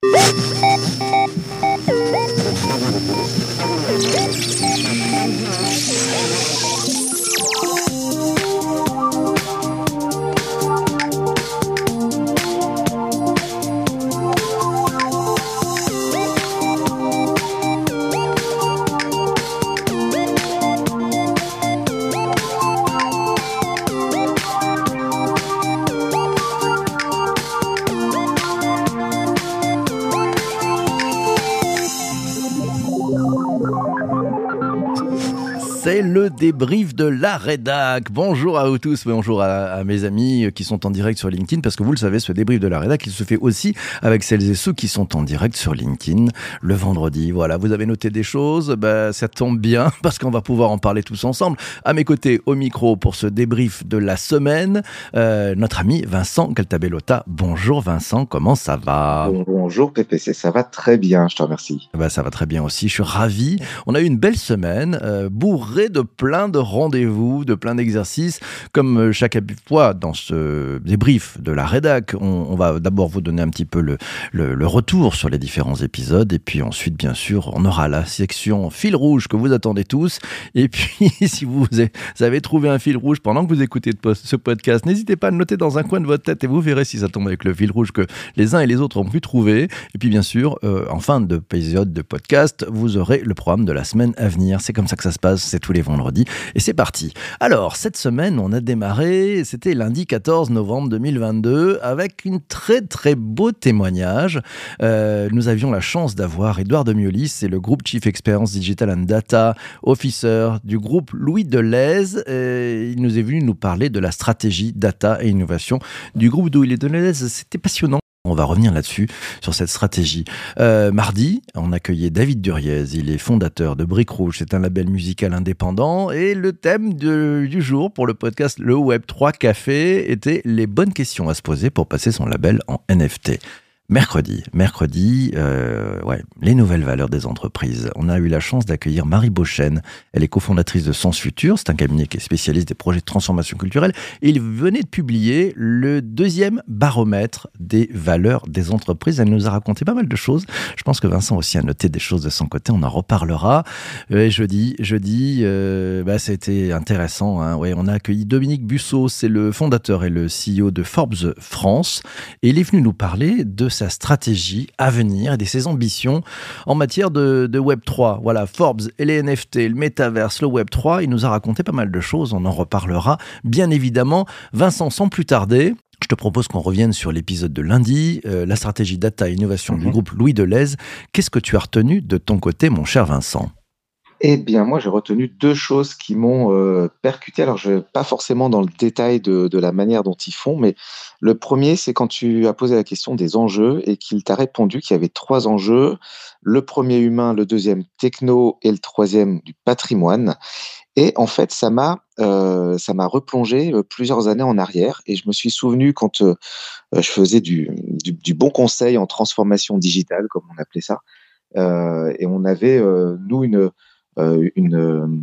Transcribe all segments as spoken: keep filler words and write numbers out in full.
C'est le débrief de la rédac. Bonjour à vous tous, bonjour à, à mes amis qui sont en direct sur LinkedIn, parce que vous le savez, ce débrief de la rédac, il se fait aussi avec celles et ceux qui sont en direct sur LinkedIn le vendredi. Voilà, vous avez noté des choses, bah, ça tombe bien, parce qu'on va pouvoir en parler tous ensemble. À mes côtés, au micro, pour ce débrief de la semaine, euh, notre ami Vincent Caltabellota. Bonjour Vincent, comment ça va ? Bon, bonjour P P C, ça va très bien, je te remercie. Bah, ça va très bien aussi, je suis ravi. On a eu une belle semaine, euh, bourrée de plein de rendez-vous, de plein d'exercices. Comme chaque fois dans ce débrief de la rédac, on, on va d'abord vous donner un petit peu le, le, le retour sur les différents épisodes. Et puis ensuite, bien sûr, on aura la section fil rouge que vous attendez tous. Et puis, si vous avez trouvé un fil rouge pendant que vous écoutez ce podcast, n'hésitez pas à le noter dans un coin de votre tête et vous verrez si ça tombe avec le fil rouge que les uns et les autres ont pu trouver. Et puis, bien sûr, euh, en fin d'épisode de podcast, vous aurez le programme de la semaine à venir. C'est comme ça que ça se passe, c'est tous les vendredis. Et c'est parti. Alors, cette semaine, on a démarré, c'était lundi quatorze novembre deux mille vingt-deux, avec une très très beau témoignage. Euh, nous avions la chance d'avoir Édouard Demiolis, c'est le groupe Chief Experience Digital and Data Officer du groupe Louis Delhaize. Et il nous est venu nous parler de la stratégie data et innovation du groupe Louis Delhaize. C'était passionnant. On va revenir là-dessus, sur cette stratégie. Euh, mardi, on accueillait David Duriez. Il est fondateur de Briques Rouges. C'est un label musical indépendant. Et le thème de, du jour pour le podcast Le Web trois Café était les bonnes questions à se poser pour passer son label en N F T. Mercredi, mercredi, euh, ouais, les nouvelles valeurs des entreprises. On a eu la chance d'accueillir Marie Beauchesne. Elle est cofondatrice de Sens Futur. C'est un cabinet qui est spécialiste des projets de transformation culturelle. Et il venait de publier le deuxième baromètre des valeurs des entreprises. Elle nous a raconté pas mal de choses. Je pense que Vincent aussi a noté des choses de son côté. On en reparlera. Et jeudi, jeudi, euh, bah, c'était intéressant. Hein. Ouais, on a accueilli Dominique Busseau. C'est le fondateur et le C E O de Forbes France. Et il est venu nous parler de sa stratégie à venir et de ses ambitions en matière de, de Web trois. Voilà, Forbes et les N F T, le métaverse, le Web trois, il nous a raconté pas mal de choses, on en reparlera bien évidemment. Vincent, sans plus tarder, je te propose qu'on revienne sur l'épisode de lundi, euh, la stratégie data et innovation mm-hmm. du groupe Louis Delhaize. Qu'est-ce que tu as retenu de ton côté, mon cher Vincent ? Eh bien, moi, j'ai retenu deux choses qui m'ont euh, percuté. Alors, je ne vais pas forcément dans le détail de, de la manière dont ils font, mais le premier, c'est quand tu as posé la question des enjeux et qu'il t'a répondu qu'il y avait trois enjeux. Le premier humain, le deuxième techno et le troisième du patrimoine. Et en fait, ça m'a, euh, ça m'a replongé plusieurs années en arrière. Et je me suis souvenu quand euh, je faisais du, du, du bon conseil en transformation digitale, comme on appelait ça. Euh, et on avait, euh, nous, une... Euh, une,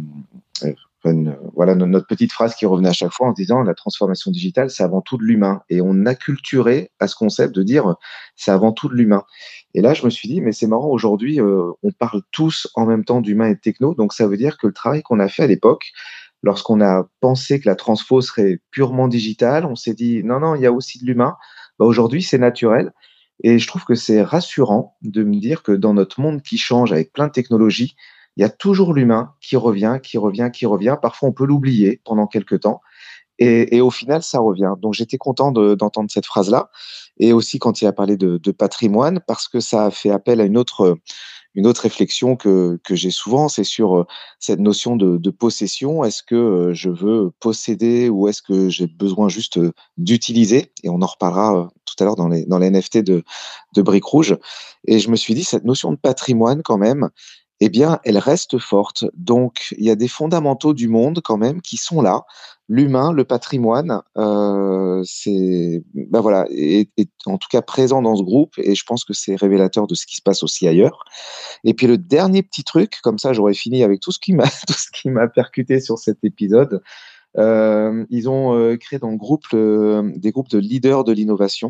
euh, une, voilà notre petite phrase qui revenait à chaque fois en disant la transformation digitale, c'est avant tout de l'humain. Et on acculturait à ce concept de dire c'est avant tout de l'humain. Et là, je me suis dit, mais c'est marrant, aujourd'hui, euh, on parle tous en même temps d'humain et de techno. Donc, ça veut dire que le travail qu'on a fait à l'époque, lorsqu'on a pensé que la transfo serait purement digitale, on s'est dit, non, non, il y a aussi de l'humain. Bah, aujourd'hui, c'est naturel. Et je trouve que c'est rassurant de me dire que dans notre monde qui change avec plein de technologies, il y a toujours l'humain qui revient, qui revient, qui revient. Parfois, on peut l'oublier pendant quelques temps. Et, et au final, ça revient. Donc, j'étais content de, d'entendre cette phrase-là. Et aussi quand il a parlé de, de patrimoine, parce que ça a fait appel à une autre, une autre réflexion que, que j'ai souvent, c'est sur cette notion de, de possession. Est-ce que je veux posséder ou est-ce que j'ai besoin juste d'utiliser? Et on en reparlera tout à l'heure dans les, dans les N F T de, de Briques Rouges. Et je me suis dit, cette notion de patrimoine, quand même, eh bien, elle reste forte. Donc, il y a des fondamentaux du monde quand même qui sont là. L'humain, le patrimoine, euh, c'est, ben voilà, est, est en tout cas présent dans ce groupe et je pense que c'est révélateur de ce qui se passe aussi ailleurs. Et puis le dernier petit truc, comme ça, j'aurais fini avec tout ce qui m'a, tout ce qui m'a percuté sur cet épisode. Euh, ils ont euh, créé dans le groupe le, des groupes de leaders de l'innovation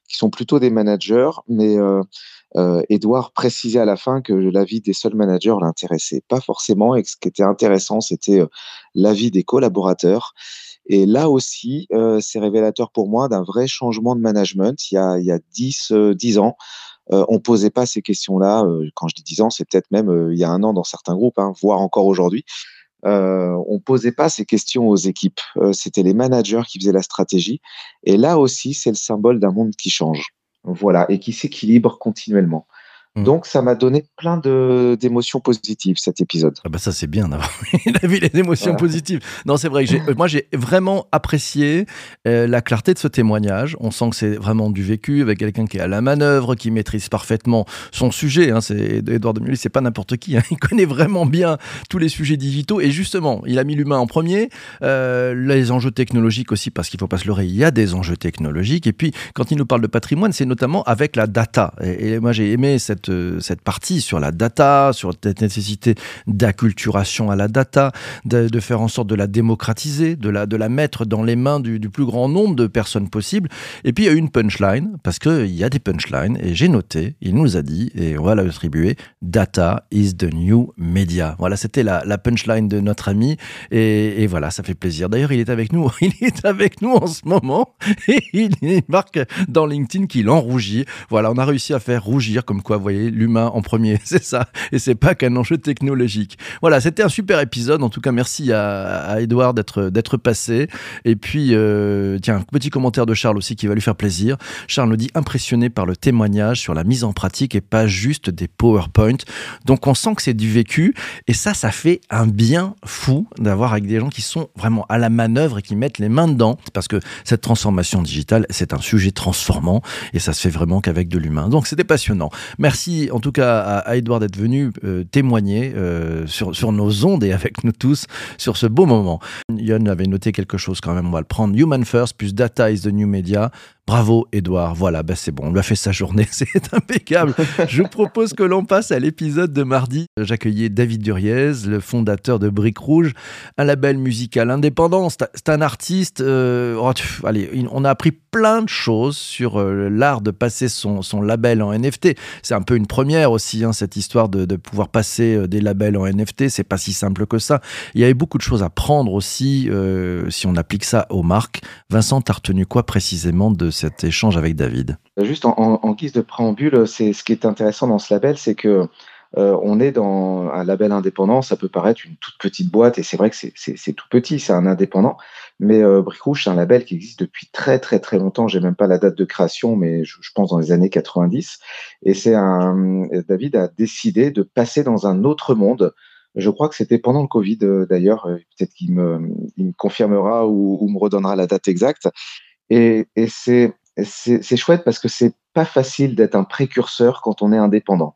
qui sont plutôt des managers, mais euh, euh, Edouard précisait à la fin que l'avis des seuls managers l'intéressait pas forcément et que ce qui était intéressant, c'était euh, l'avis des collaborateurs. Et là aussi, euh, c'est révélateur pour moi d'un vrai changement de management. Il y a, il y a dix, euh, dix ans, euh, on posait pas ces questions-là. Euh, quand je dis dix ans, c'est peut-être même euh, il y a un an dans certains groupes, hein, voire encore aujourd'hui. Euh, on posait pas ces questions aux équipes. Euh, c'était les managers qui faisaient la stratégie. Et là aussi, c'est le symbole d'un monde qui change. Voilà, et qui s'équilibre continuellement. Donc, ça m'a donné plein de d'émotions positives, cet épisode. Ah bah ça c'est bien d'avoir vu les émotions Voilà. positives. Non c'est vrai que j'ai, euh, moi j'ai vraiment apprécié euh, la clarté de ce témoignage. On sent que c'est vraiment du vécu avec quelqu'un qui est à la manœuvre, qui maîtrise parfaitement son sujet. Hein. C'est Edouard de Mully, c'est pas n'importe qui. Hein. Il connaît vraiment bien tous les sujets digitaux et justement il a mis l'humain en premier, euh, les enjeux technologiques aussi parce qu'il faut pas se leurrer, il y a des enjeux technologiques et puis quand il nous parle de patrimoine c'est notamment avec la data. Et, et moi j'ai aimé cette cette partie sur la data, sur cette nécessité d'acculturation à la data, de, de faire en sorte de la démocratiser, de la, de la mettre dans les mains du, du plus grand nombre de personnes possible. Et puis il y a eu une punchline, parce qu'il y a des punchlines, et j'ai noté, il nous a dit, et on va l'attribuer, Data is the new media. Voilà, c'était la, la punchline de notre ami, et, et voilà, ça fait plaisir. D'ailleurs, il est avec nous, il est avec nous en ce moment, et il marque dans LinkedIn qu'il en rougit. Voilà, on a réussi à faire rougir, comme quoi, vous voyez, l'humain en premier, c'est ça, et c'est pas qu'un enjeu technologique. Voilà, c'était un super épisode. En tout cas, merci à, à Edouard d'être d'être passé. Et puis, euh, tiens, un petit commentaire de Charles aussi qui va lui faire plaisir. Charles nous dit impressionné par le témoignage sur la mise en pratique et pas juste des PowerPoint. Donc, on sent que c'est du vécu. Et ça, ça fait un bien fou d'avoir avec des gens qui sont vraiment à la manœuvre et qui mettent les mains dedans. Parce que cette transformation digitale, c'est un sujet transformant et ça se fait vraiment qu'avec de l'humain. Donc, c'était passionnant. Merci en tout cas à, à Edouard d'être venu euh, témoigner euh, sur, sur nos ondes et avec nous tous sur ce beau moment. Yon avait noté quelque chose quand même, on va le prendre. Human First plus Data is the New Media. Bravo Edouard, voilà, bah c'est bon, on lui a fait sa journée, c'est impeccable. Je propose que l'on passe à l'épisode de mardi. J'accueillais David Duriez, le fondateur de Briques Rouges, un label musical indépendant. C'est, c'est un artiste, euh, oh, tch, allez, on a appris plein de choses sur euh, l'art de passer son, son label en N F T. C'est un peu une première aussi, hein, cette histoire de, de pouvoir passer euh, des labels en N F T, c'est pas si simple que ça. Il y avait beaucoup de choses à prendre aussi, euh, si on applique ça aux marques. Vincent, t'as retenu quoi précisément de cet échange avec David? Juste en, en- en guise de préambule, c'est ce qui est intéressant dans ce label, c'est que euh, on est dans un label indépendant. Ça peut paraître une toute petite boîte, et c'est vrai que c'est c'est- c'est tout petit, c'est un indépendant. Mais euh, Briques Rouges, c'est un label qui existe depuis très très très longtemps. J'ai même pas la date de création, mais je, je pense dans les années quatre-vingt-dix. Et c'est un David a décidé de passer dans un autre monde. Je crois que c'était pendant le Covid, euh, d'ailleurs. Euh, Peut-être qu'il me, il me confirmera ou, ou me redonnera la date exacte. Et, et c'est, c'est, c'est chouette parce que c'est pas facile d'être un précurseur quand on est indépendant.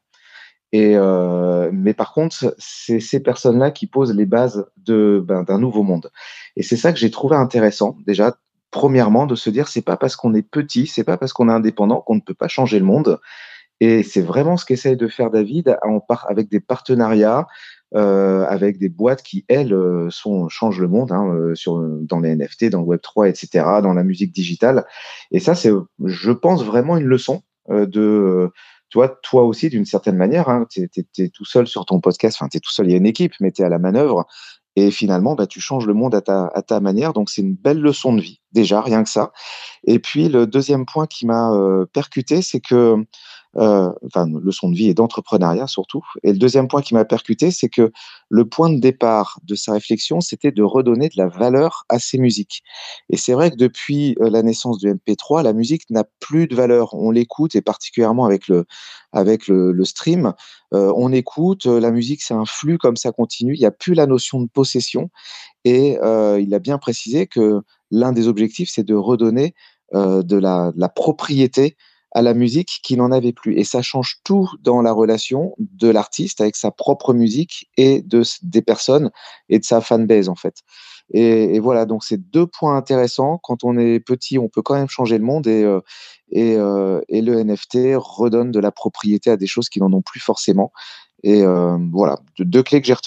Et euh, mais par contre, c'est ces personnes-là qui posent les bases de, ben, d'un nouveau monde. Et c'est ça que j'ai trouvé intéressant. Déjà, premièrement, de se dire, c'est pas parce qu'on est petit, c'est pas parce qu'on est indépendant qu'on ne peut pas changer le monde. Et c'est vraiment ce qu'essaye de faire David en par- avec des partenariats, euh, avec des boîtes qui, elles, euh, sont, changent le monde, hein, euh, sur, dans les N F T, dans le Web trois, et cetera, dans la musique digitale. Et ça, c'est, je pense, vraiment une leçon euh, de... euh, toi, toi aussi, d'une certaine manière, hein, tu es, tout seul sur ton podcast, enfin, tu es tout seul, il y a une équipe, mais tu es à la manœuvre. Et finalement, bah, tu changes le monde à ta, à ta manière. Donc, c'est une belle leçon de vie, déjà, rien que ça. Et puis, le deuxième point qui m'a euh, percuté, c'est que euh, enfin, leçon de vie et d'entrepreneuriat surtout. Et le deuxième point qui m'a percuté, c'est que le point de départ de sa réflexion, c'était de redonner de la valeur à ses musiques. Et c'est vrai que depuis euh, la naissance du M P trois, la musique n'a plus de valeur. On l'écoute, et particulièrement avec le, avec le, le stream, euh, on écoute, euh, la musique, c'est un flux comme ça continue, il n'y a plus la notion de possession. Et euh, il a bien précisé que l'un des objectifs, c'est de redonner euh, de la, de la propriété à la musique qui n'en avait plus. Et ça change tout dans la relation de l'artiste avec sa propre musique et de, des personnes et de sa fanbase, en fait. Et, et voilà, donc c'est deux points intéressants. Quand on est petit, on peut quand même changer le monde, et, euh, et, euh, et le N F T redonne de la propriété à des choses qui n'en ont plus forcément. Et euh, voilà, deux, deux clés que j'ai retenues.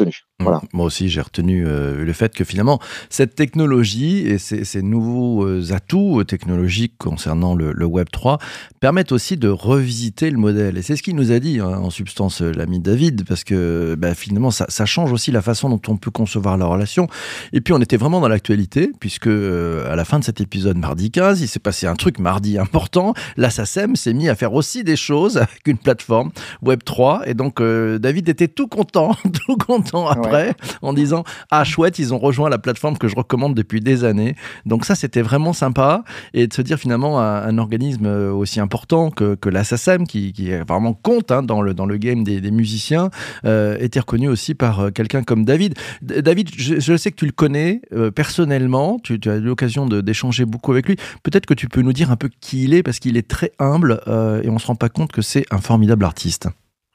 Mmh. Voilà. Moi aussi, j'ai retenu euh, le fait que finalement, cette technologie et ces, ces nouveaux euh, atouts euh, technologiques concernant le, le Web trois permettent aussi de revisiter le modèle. Et c'est ce qu'il nous a dit, hein, en substance, euh, l'ami David, parce que bah, finalement, ça, ça change aussi la façon dont on peut concevoir la relation. Et puis, on était vraiment dans l'actualité, puisque euh, à la fin de cet épisode, mardi quinze, il s'est passé un truc mardi important. La SACEM s'est mis à faire aussi des choses avec une plateforme Web trois. Et donc, euh, David était tout content, tout content après. Ouais. En disant ah chouette, ils ont rejoint la plateforme que je recommande depuis des années. Donc ça, c'était vraiment sympa, et de se dire finalement un, un organisme aussi important que, que la SACEM, qui, qui vraiment compte, hein, dans le dans le game des, des musiciens, euh, était reconnu aussi par quelqu'un comme David. D- David, je, je sais que tu le connais euh, personnellement, tu, tu as eu l'occasion de, d'échanger beaucoup avec lui. Peut-être que tu peux nous dire un peu qui il est, parce qu'il est très humble, euh, et on se rend pas compte que c'est un formidable artiste.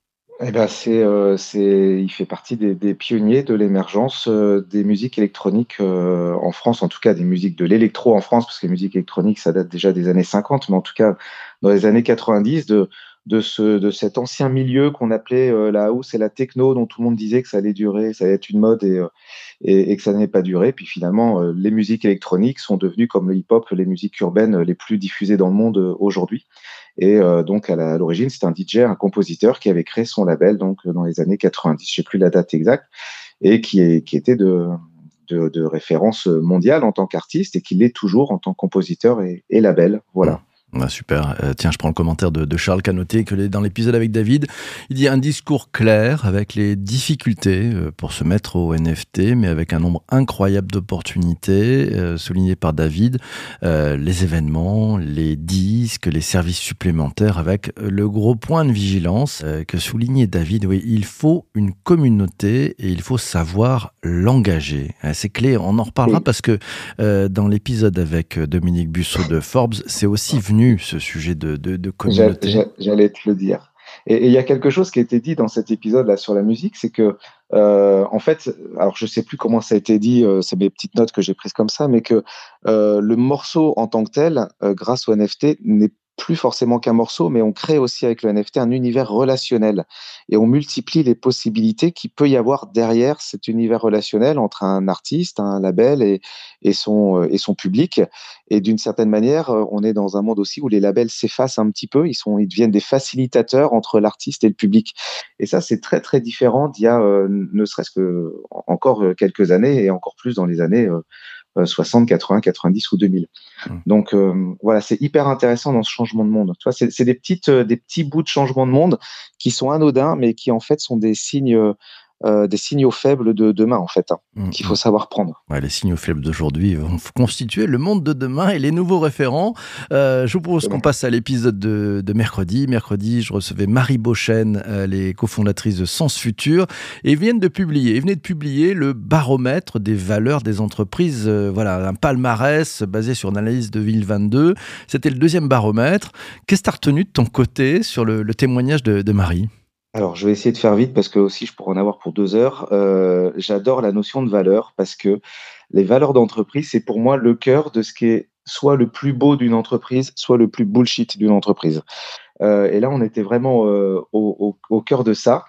Eh ben, c'est, euh, c'est, il fait partie des, des pionniers de l'émergence euh, des musiques électroniques euh, en France, en tout cas des musiques de l'électro en France, parce que les musiques électroniques, ça date déjà des années cinquante, mais en tout cas dans les années quatre-vingt-dix, de, de, ce, de cet ancien milieu qu'on appelait euh, la house et la techno, dont tout le monde disait que ça allait durer, ça allait être une mode, et, euh, et, et que ça n'allait pas durer. Puis finalement, euh, les musiques électroniques sont devenues, comme le hip-hop, les musiques urbaines les plus diffusées dans le monde euh, aujourd'hui. Et euh, donc, à la- à l'origine, c'était un D J, un compositeur qui avait créé son label donc, euh, dans les années quatre-vingt-dix, je ne sais plus la date exacte, et qui, est, qui était de, de, de référence mondiale en tant qu'artiste, et qui l'est toujours en tant que compositeur et, et label. Mmh. Voilà. Ah, super. Euh, tiens, je prends le commentaire de, de Charles Canoté, que les- dans l'épisode avec David, il dit un discours clair avec les difficultés euh, pour se mettre au N F T, mais avec un nombre incroyable d'opportunités, euh, souligné par David, euh, les événements, les disques, les services supplémentaires, avec euh, le gros point de vigilance euh, que soulignait David. Oui, il faut une communauté et il faut savoir l'engager. Euh, C'est clé, on en reparlera, Oui. parce que euh, dans l'épisode avec euh, Dominique Busseau de Forbes, c'est aussi venu ce sujet de, de, de J'a- communauté. j'a- J'allais te le dire. Et et il y a quelque chose qui a été dit dans cet épisode-là sur la musique, c'est que, euh, en fait, alors je sais plus comment ça a été dit, euh, c'est mes petites notes que j'ai prises comme ça, mais que euh, le morceau en tant que tel, euh, grâce au N F T, n'est plus forcément qu'un morceau, mais on crée aussi avec le N F T un univers relationnel, et on multiplie les possibilités qu'il peut y avoir derrière cet univers relationnel entre un artiste, un label et, et son, euh, et son public. Et d'une certaine manière, euh, on est dans un monde aussi où les labels s'effacent un petit peu, ils sont, ils deviennent des facilitateurs entre l'artiste et le public. Et ça, c'est très très différent d'il y a euh, ne serait-ce que encore euh, quelques années, et encore plus dans les années euh, euh, soixante, quatre-vingts, quatre-vingt-dix ou deux mille. Mm. Donc euh, voilà, c'est hyper intéressant dans ce changement de monde. Tu vois, c'est c'est des petites, euh, des petits bouts de changement de monde qui sont anodins, mais qui en fait sont des signes, euh, des signaux faibles de demain en fait, hein, Mm, qu'il faut mm. savoir prendre. Ouais, les signaux faibles d'aujourd'hui vont f- constituer le monde de demain et les nouveaux référents. Euh, je vous propose qu'on Exactement. passe à l'épisode de, de mercredi. Mercredi, je recevais Marie Beauchesne, euh, les cofondatrices de Sens Futur, et ils viennent de publier, ils venaient de publier le baromètre des valeurs des entreprises. Euh, voilà, un palmarès basé sur une analyse de deux mille vingt-deux. C'était le deuxième baromètre. Qu'est-ce que tu as retenu de ton côté sur le, le témoignage de, de Marie? Alors, je vais essayer de faire vite parce que aussi je pourrais en avoir pour deux heures. Euh, j'adore la notion de valeur parce que les valeurs d'entreprise, c'est pour moi le cœur de ce qui est soit le plus beau d'une entreprise, soit le plus bullshit d'une entreprise. Euh, et là, on était vraiment euh, au, au, au cœur de ça.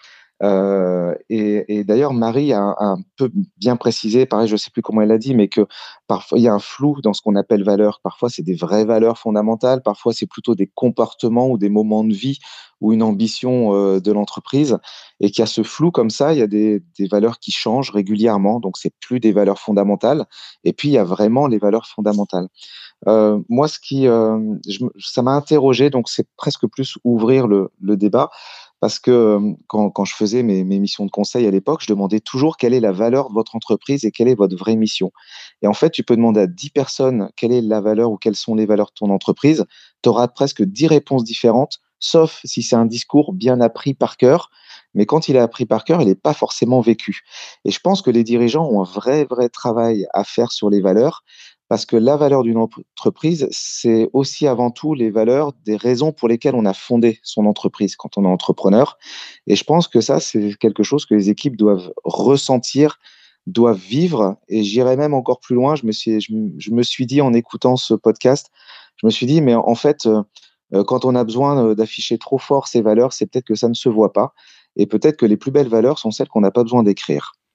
Euh, et, et d'ailleurs, Marie a, a un peu bien précisé, pareil, je ne sais plus comment elle a dit, mais que parfois il y a un flou dans ce qu'on appelle valeur. Parfois, c'est des vraies valeurs fondamentales, parfois, c'est plutôt des comportements ou des moments de vie ou une ambition euh, de l'entreprise. Et qu'il y a ce flou comme ça, il y a des, des valeurs qui changent régulièrement, donc c'est plus des valeurs fondamentales. Et puis, il y a vraiment les valeurs fondamentales. Euh, moi, ce qui, euh, je me- ça m'a interrogé, donc c'est presque plus ouvrir le, le débat, parce que euh, quand, quand je faisais mes, mes missions de conseil à l'époque, je demandais toujours quelle est la valeur de votre entreprise et quelle est votre vraie mission. Et en fait, tu peux demander à dix personnes quelle est la valeur ou quelles sont les valeurs de ton entreprise, tu auras presque dix réponses différentes, sauf si c'est un discours bien appris par cœur. Mais quand il est appris par cœur, il n'est pas forcément vécu. Et je pense que les dirigeants ont un vrai, vrai travail à faire sur les valeurs, parce que la valeur d'une entreprise, c'est aussi avant tout les valeurs des raisons pour lesquelles on a fondé son entreprise quand on est entrepreneur. Et je pense que ça, c'est quelque chose que les équipes doivent ressentir, doivent vivre. Et j'irai même encore plus loin. Je me suis, je, me je me suis dit en écoutant ce podcast, je me suis dit, mais en fait, euh, euh, quand on a besoin euh, d'afficher trop fort ces valeurs, c'est peut-être que ça ne se voit pas. Et peut-être que les plus belles valeurs sont celles qu'on n'a pas besoin d'écrire.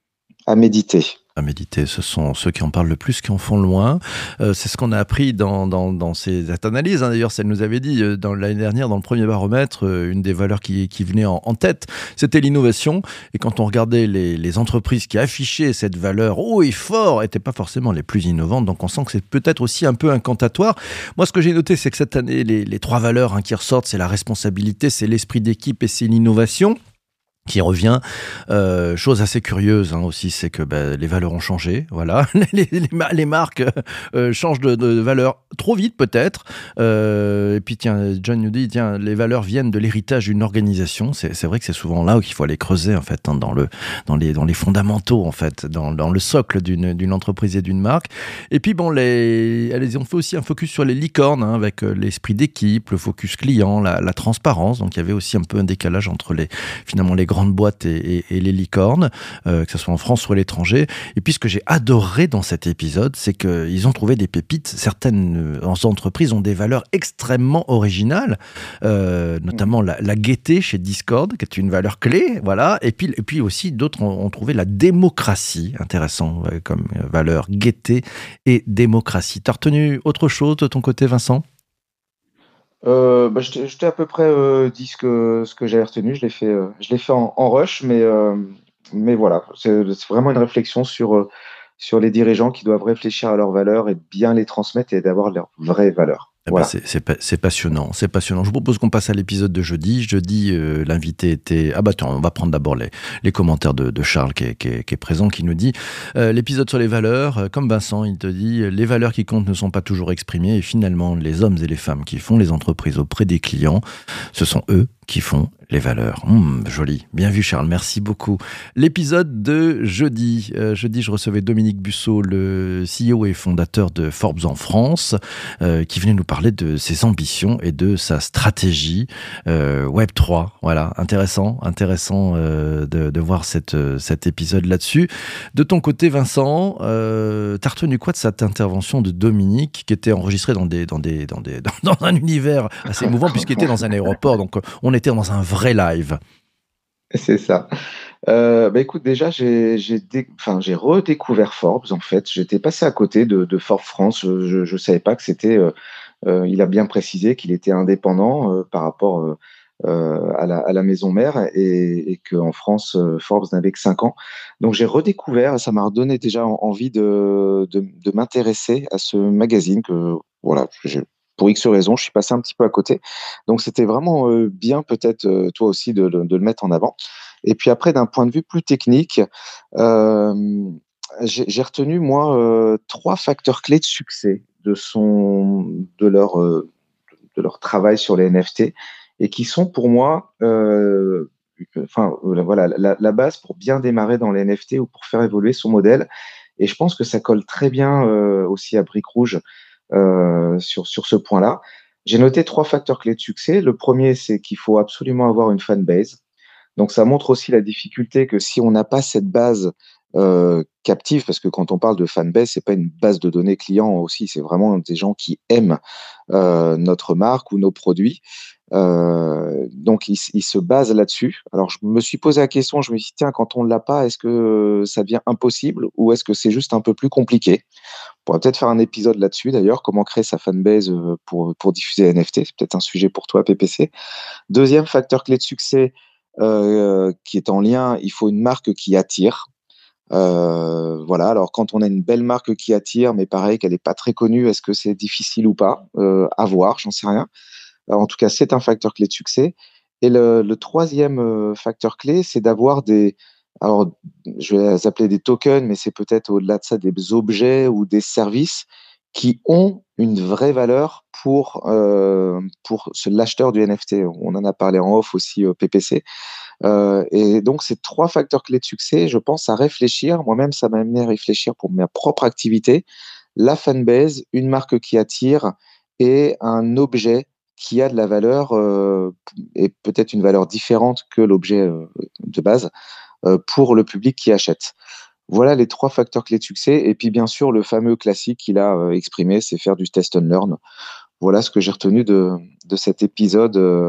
À méditer. À méditer, ce sont ceux qui en parlent le plus qui en font le moins. Euh, c'est ce qu'on a appris dans, dans, dans ces, cette analyse. Hein. D'ailleurs, ça nous avait dit euh, dans, l'année dernière, dans le premier baromètre, euh, une des valeurs qui, qui venait en, en tête, c'était l'innovation. Et quand on regardait les, les entreprises qui affichaient cette valeur haut et fort, n'étaient pas forcément les plus innovantes. Donc on sent que c'est peut-être aussi un peu incantatoire. Moi, ce que j'ai noté, c'est que cette année, les, les trois valeurs hein, qui ressortent, c'est la responsabilité, c'est l'esprit d'équipe et c'est l'innovation qui revient. Euh, chose assez curieuse hein, aussi, c'est que bah, les valeurs ont changé. Voilà, les, les, les marques euh, changent de, de valeur trop vite peut-être. Euh, et puis tiens, John nous dit tiens, les valeurs viennent de l'héritage d'une organisation. C'est, c'est vrai que c'est souvent là où il faut aller creuser en fait, hein, dans le, dans les, dans les fondamentaux en fait, dans, dans le socle d'une, d'une entreprise et d'une marque. Et puis bon, les, elles ont fait aussi un focus sur les licornes hein, avec l'esprit d'équipe, le focus client, la, la transparence. Donc il y avait aussi un peu un décalage entre les finalement les grandes boîtes et, et, et les licornes, euh, que ce soit en France ou à l'étranger. Et puis ce que j'ai adoré dans cet épisode, c'est qu'ils ont trouvé des pépites. Certaines entreprises ont des valeurs extrêmement originales, euh, notamment la, la gaieté chez Discord, qui est une valeur clé, voilà. Et puis, et puis aussi d'autres ont, ont trouvé la démocratie, intéressant ouais, comme valeur, gaieté et démocratie. T'as retenu autre chose de ton côté, Vincent ? Euh, bah, je t'ai je t'ai à peu près euh, dit ce que, ce que j'avais retenu. Je l'ai fait, euh, je l'ai fait en, en rush, mais, euh, mais voilà, c'est c'est vraiment une réflexion sur, euh, sur les dirigeants qui doivent réfléchir à leurs valeurs et bien les transmettre et d'avoir leurs vraies valeurs. Eh ben Voilà. c'est, c'est, pa- c'est passionnant, c'est passionnant. Je vous propose qu'on passe à l'épisode de jeudi. Jeudi, euh, l'invité était... Ah bah tiens, on va prendre d'abord les, les commentaires de, de Charles qui est, qui, est, qui est présent, qui nous dit euh, l'épisode sur les valeurs, euh, comme Vincent, il te dit les valeurs qui comptent ne sont pas toujours exprimées et finalement, les hommes et les femmes qui font les entreprises auprès des clients, ce sont eux qui font les valeurs. Hum, joli. Bien vu, Charles. Merci beaucoup. L'épisode de jeudi. Euh, jeudi, je recevais Dominique Busseau, le C E O et fondateur de Forbes en France, euh, qui venait nous parler de ses ambitions et de sa stratégie euh, Web trois. Voilà. Intéressant, intéressant euh, de, de voir cette, cet épisode là-dessus. De ton côté, Vincent, euh, t'as retenu quoi de cette intervention de Dominique qui était enregistrée dans des, dans des, dans des, dans, dans un univers assez émouvant puisqu'il était dans un aéroport. Donc, on était dans un vrai live. C'est ça. Euh, bah écoute, déjà, j'ai j'ai dé- enfin, j'ai redécouvert Forbes, en fait. J'étais passé à côté de, de Forbes France. Je ne savais pas que c'était. Euh, euh, il a bien précisé qu'il était indépendant euh, par rapport euh, euh, à la, à la maison mère et, et qu'en France, euh, Forbes n'avait que cinq ans. Donc, j'ai redécouvert, ça m'a redonné déjà en- envie de, de, de m'intéresser à ce magazine que, voilà, j'ai- pour X raisons, je suis passé un petit peu à côté. Donc, c'était vraiment euh, bien, peut-être, euh, toi aussi, de, le- de le mettre en avant. Et puis après, d'un point de vue plus technique, euh, j'ai j'ai retenu, moi, euh, trois facteurs clés de succès de, son, de, leur, euh, de leur travail sur les N F T et qui sont pour moi euh, enfin, euh, voilà, la, la base pour bien démarrer dans les N F T ou pour faire évoluer son modèle. Et je pense que ça colle très bien euh, aussi à Brique Rouge euh, sur, sur ce point-là. J'ai noté trois facteurs clés de succès. Le premier, c'est qu'il faut absolument avoir une fanbase. Donc ça montre aussi la difficulté que si on n'a pas cette base euh, captive, parce que quand on parle de fanbase, c'est pas une base de données client aussi, c'est vraiment des gens qui aiment euh, notre marque ou nos produits. Euh, donc ils il se basent là-dessus. Alors je me suis posé la question, je me suis dit tiens, quand on ne l'a pas, est-ce que ça devient impossible ou est-ce que c'est juste un peu plus compliqué? On pourrait peut-être faire un épisode là-dessus d'ailleurs, comment créer sa fanbase euh, pour, pour diffuser N F T, c'est peut-être un sujet pour toi, P P C. Deuxième facteur clé de succès euh, qui est en lien, il faut une marque qui attire. Euh, voilà, alors quand on a une belle marque qui attire, mais pareil qu'elle n'est pas très connue, est-ce que c'est difficile ou pas euh, à voir, j'en sais rien. Alors, en tout cas, c'est un facteur clé de succès. Et le, le troisième euh, facteur clé, c'est d'avoir des, alors je vais les appeler des tokens, mais c'est peut-être au-delà de ça des objets ou des services qui ont une vraie valeur pour, euh, pour ce- l'acheteur du N F T. On en a parlé en off aussi au P P C. Euh, et donc, ces trois facteurs clés de succès, je pense à réfléchir. Moi-même, ça m'a amené à réfléchir pour ma propre activité. La fanbase, une marque qui attire et un objet qui a de la valeur euh, et peut-être une valeur différente que l'objet euh, de base euh, pour le public qui achète. Voilà les trois facteurs clés de succès. Et puis, bien sûr, le fameux classique qu'il a euh, exprimé, c'est faire du test and learn. Voilà ce que j'ai retenu de, de cet épisode euh,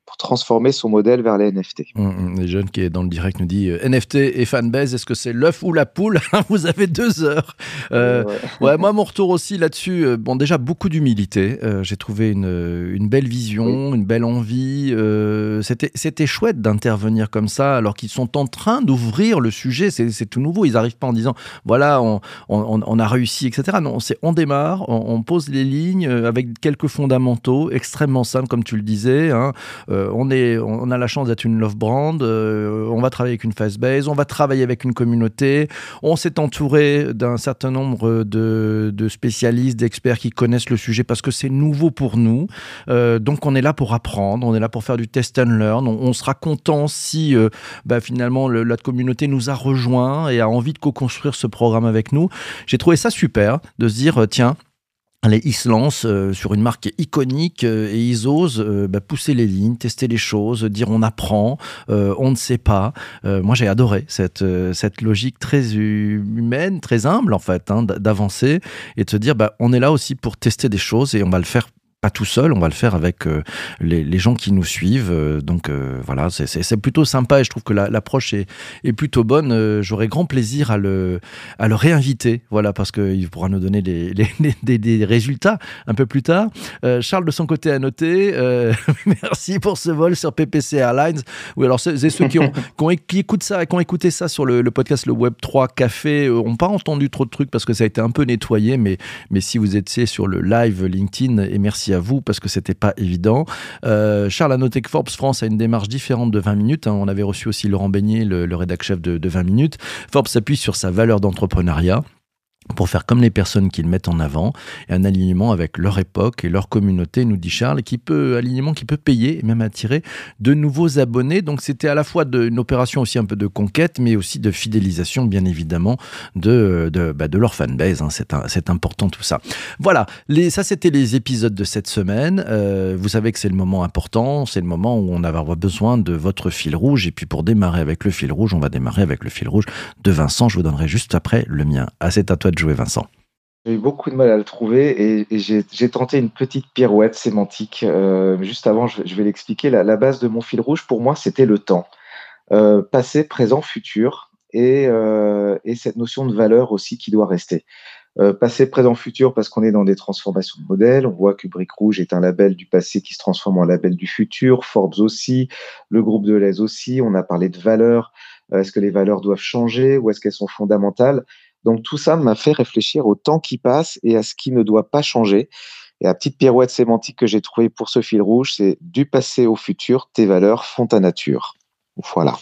pour transformer son modèle vers les N F T. Mmh, les jeunes qui est dans le direct nous dit euh, N F T et fanbase, est-ce que c'est l'œuf ou la poule? Vous avez deux heures. Euh, ouais. ouais, moi mon retour aussi là-dessus, euh, bon déjà beaucoup d'humilité. Euh, j'ai trouvé une, une belle vision, oui. une belle envie. Euh, c'était, c'était chouette d'intervenir comme ça alors qu'ils sont en train d'ouvrir le sujet. C'est, c'est tout nouveau. Ils n'arrivent pas en disant voilà on, on, on a réussi, et cetera. Non, c'est on démarre, on, on pose les lignes avec quelques fondamentaux extrêmement simples comme tu le disais. Hein. Euh, on est, on a la chance d'être une love brand. Euh, on va travailler avec une fanbase, on va travailler avec une communauté. On s'est entouré d'un certain nombre de, de spécialistes, d'experts qui connaissent le sujet parce que c'est nouveau pour nous. Euh, donc on est là pour apprendre, on est là pour faire du test and learn. On, on sera content si euh, bah, finalement le, la communauté nous a rejoints et a envie de co-construire ce programme avec nous. J'ai trouvé ça super de se dire euh, tiens. Allez, ils se lancent euh, sur une marque iconique euh, et ils osent euh, bah, pousser les lignes, tester les choses, dire on apprend, euh, on ne sait pas. Euh, moi, j'ai adoré cette, euh, cette logique très humaine, très humble en fait, hein, d'avancer et de se dire bah, on est là aussi pour tester des choses et on va le faire pas tout seul, on va le faire avec euh, les, les gens qui nous suivent. Euh, donc euh, voilà, c'est, c'est, c'est plutôt sympa et je trouve que la, l'approche est, est plutôt bonne. Euh, j'aurais grand plaisir à le, à le réinviter, voilà, parce qu'il pourra nous donner les, les, les, des, des résultats un peu plus tard. Euh, Charles, de son côté, a noté euh, merci pour ce vol sur P P C Airlines. Oui, alors c'est, c'est ceux qui, ont, qui, ont, qui écoutent ça et qui ont écouté ça sur le, le podcast Le Web trois Café n'ont pas entendu trop de trucs parce que ça a été un peu nettoyé, mais, mais si vous étiez sur le live LinkedIn, et merci à vous parce que c'était pas évident. Euh, Charles a noté que Forbes France a une démarche différente de vingt minutes. Hein. On avait reçu aussi Laurent Beignet, le, le rédac chef de, de vingt minutes. Forbes s'appuie sur sa valeur d'entrepreneuriat pour faire comme les personnes qu'ils mettent en avant et un alignement avec leur époque et leur communauté, nous dit Charles, qui peut, alignement qui peut payer et même attirer de nouveaux abonnés. Donc c'était à la fois de, une opération aussi un peu de conquête, mais aussi de fidélisation, bien évidemment, de, de, bah, de leur fanbase. Hein. C'est, un, c'est important tout ça. Voilà, les, ça c'était les épisodes de cette semaine. Euh, vous savez que c'est le moment important, c'est le moment où on va avoir besoin de votre fil rouge. Et puis pour démarrer avec le fil rouge, on va démarrer avec le fil rouge de Vincent. Je vous donnerai juste après le mien. Ah, c'est à toi de jouer, Vincent. J'ai eu beaucoup de mal à le trouver et, et j'ai, j'ai tenté une petite pirouette sémantique. Euh, juste avant, je, je vais l'expliquer. La, la base de mon fil rouge, pour moi, c'était le temps. Euh, passé, présent, futur et, euh, et cette notion de valeur aussi qui doit rester. Euh, passé, présent, futur parce qu'on est dans des transformations de modèles. On voit que Brique Rouge est un label du passé qui se transforme en label du futur. Forbes aussi, le groupe Deleuze aussi. On a parlé de valeurs. Euh, est-ce que les valeurs doivent changer ou est-ce qu'elles sont fondamentales? Donc tout ça m'a fait réfléchir au temps qui passe et à ce qui ne doit pas changer. Et la petite pirouette sémantique que j'ai trouvée pour ce fil rouge, c'est du passé au futur, tes valeurs font ta nature. Voilà.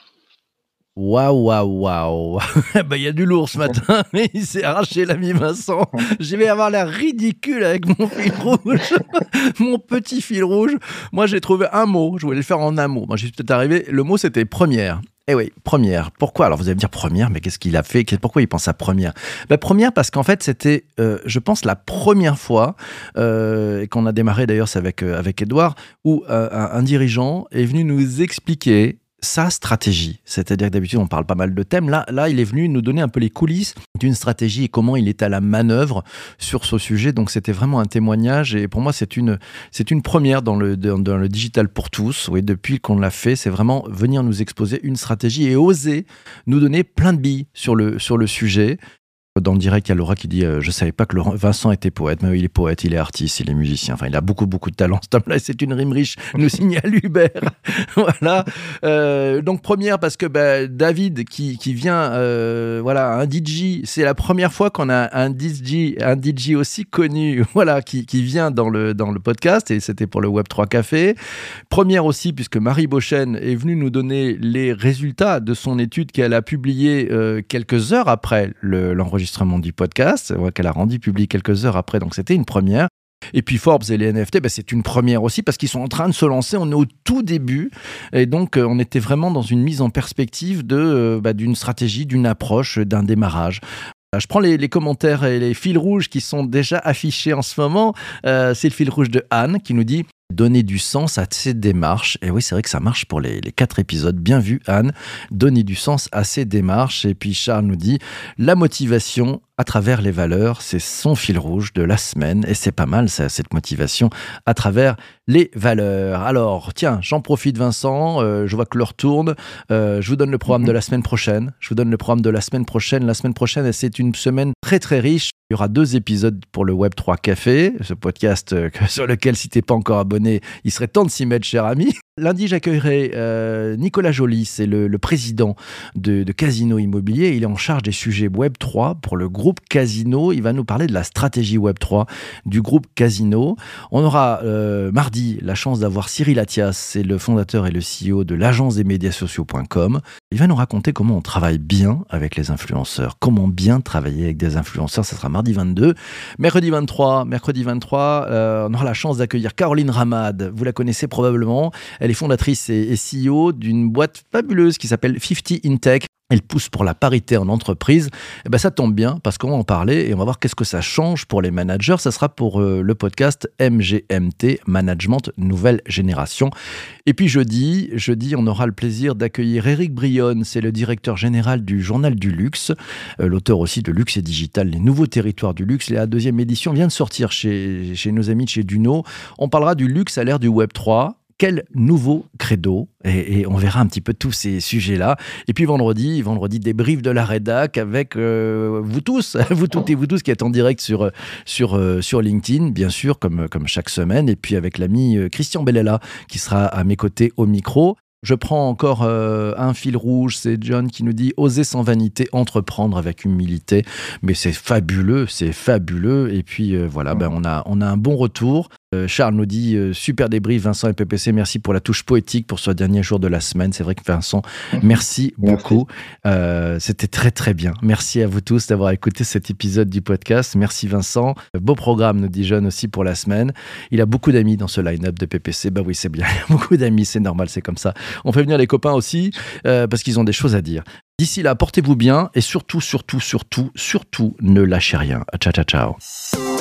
Waouh, waouh, waouh. Ben, il y a du lourd ce matin, mais il s'est arraché l'ami Vincent. Je vais avoir l'air ridicule avec mon fil rouge, mon petit fil rouge. Moi, j'ai trouvé un mot, je voulais le faire en un mot. Moi, j'y suis peut-être arrivé, le mot c'était première. Eh oui, première. Pourquoi? Alors vous allez me dire première, mais qu'est-ce qu'il a fait? Pourquoi il pense à première? Ben, première parce qu'en fait c'était, euh, je pense, la première fois, euh, et qu'on a démarré d'ailleurs, c'est avec, euh, avec Edouard, où euh, un, un dirigeant est venu nous expliquer sa stratégie. C'est-à-dire que d'habitude, on parle pas mal de thèmes. Là, là, il est venu nous donner un peu les coulisses d'une stratégie et comment il est à la manœuvre sur ce sujet. Donc, c'était vraiment un témoignage. Et pour moi, c'est une, c'est une première dans le, dans, dans le digital pour tous. Oui, depuis qu'on l'a fait, c'est vraiment venir nous exposer une stratégie et oser nous donner plein de billes sur le, sur le sujet. Dans le direct, il y a Laura qui dit euh, « Je ne savais pas que Laurent, Vincent était poète. » Mais oui, il est poète, il est artiste, il est musicien. Enfin, il a beaucoup, beaucoup de talent. Cet homme-là, c'est une rime riche, nous signale Hubert. Voilà. Euh, donc, première, parce que bah, David, qui, qui vient, euh, voilà, un D J, c'est la première fois qu'on a un D J, un D J aussi connu, voilà, qui, qui vient dans le, dans le podcast, et c'était pour le Web trois Café. Première aussi, puisque Marie Beauchesne est venue nous donner les résultats de son étude qu'elle a publiée euh, quelques heures après le, l'enregistrement du podcast, qu'elle a rendu public quelques heures après, donc c'était une première. Et puis Forbes et les N F T, bah, c'est une première aussi parce qu'ils sont en train de se lancer, on est au tout début et donc euh, on était vraiment dans une mise en perspective de, euh, bah, d'une stratégie, d'une approche, d'un démarrage. Je prends les, les commentaires et les fils rouges qui sont déjà affichés en ce moment. Euh, c'est le fil rouge de Anne qui nous dit « Donner du sens à ces démarches ». Et oui, c'est vrai que ça marche pour les, les quatre épisodes. Bien vu, Anne. Donner du sens à ces démarches. Et puis Charles nous dit « La motivation à travers les valeurs. C'est son fil rouge de la semaine et c'est pas mal ça, cette motivation à travers les valeurs. Alors, tiens, j'en profite Vincent, euh, je vois que l'heure tourne. Euh, je vous donne le programme mmh. de la semaine prochaine. Je vous donne le programme de la semaine prochaine. La semaine prochaine, c'est une semaine très très riche. Il y aura deux épisodes pour le Web trois Café, ce podcast euh, sur lequel, si tu n'es pas encore abonné, il serait temps de s'y mettre, cher ami. Lundi, j'accueillerai euh, Nicolas Joly, c'est le, le président de, de Casino Immobilier. Il est en charge des sujets Web trois pour le groupe Casino. Il va nous parler de la stratégie Web trois du groupe Casino. On aura euh, mardi la chance d'avoir Cyril Athias, c'est le fondateur et le C E O de l'agence des médias sociaux point com. Il va nous raconter comment on travaille bien avec les influenceurs, comment bien travailler avec des influenceurs. Ça sera mardi vingt-deux. Mercredi vingt-trois, mercredi vingt-trois euh, on aura la chance d'accueillir Caroline Ramad. Vous la connaissez probablement. Elle est fondatrice et, et C E O d'une boîte fabuleuse qui s'appelle cinquante in Tech. Elle pousse pour la parité en entreprise. Et ben ça tombe bien parce qu'on va en parler et on va voir qu'est-ce que ça change pour les managers. Ça sera pour euh, le podcast M G M T, Management Nouvelle Génération. Et puis jeudi, jeudi, on aura le plaisir d'accueillir Éric Brionne. C'est le directeur général du Journal du Luxe, euh, l'auteur aussi de Luxe et Digital, les nouveaux territoires du luxe. La deuxième édition vient de sortir chez, chez nos amis de chez Duno. On parlera du luxe à l'ère du Web trois. Quel nouveau credo, et, et on verra un petit peu tous ces sujets-là. Et puis vendredi, vendredi débrief de la rédac avec euh, vous tous, vous toutes et vous tous qui êtes en direct sur, sur, euh, sur LinkedIn, bien sûr, comme, comme chaque semaine. Et puis avec l'ami euh, Christian Bellella qui sera à mes côtés au micro. Je prends encore euh, un fil rouge, c'est John qui nous dit « Oser sans vanité, entreprendre avec humilité ». Mais c'est fabuleux, c'est fabuleux. Et puis euh, voilà, ben, on, a, on a un bon retour. Euh, Charles nous dit euh, « Super débrief, Vincent et P P C, merci pour la touche poétique pour ce dernier jour de la semaine ». C'est vrai que Vincent, merci, merci. beaucoup. Euh, c'était très très bien. Merci à vous tous d'avoir écouté cet épisode du podcast. Merci Vincent. Beau programme, nous dit John aussi pour la semaine. Il a beaucoup d'amis dans ce line-up de P P C. Bah oui, c'est bien. Beaucoup d'amis, c'est normal, c'est comme ça. On fait venir les copains aussi euh, parce qu'ils ont des choses à dire. D'ici là, portez-vous bien et surtout, surtout, surtout, surtout, ne lâchez rien. Ciao, ciao, ciao.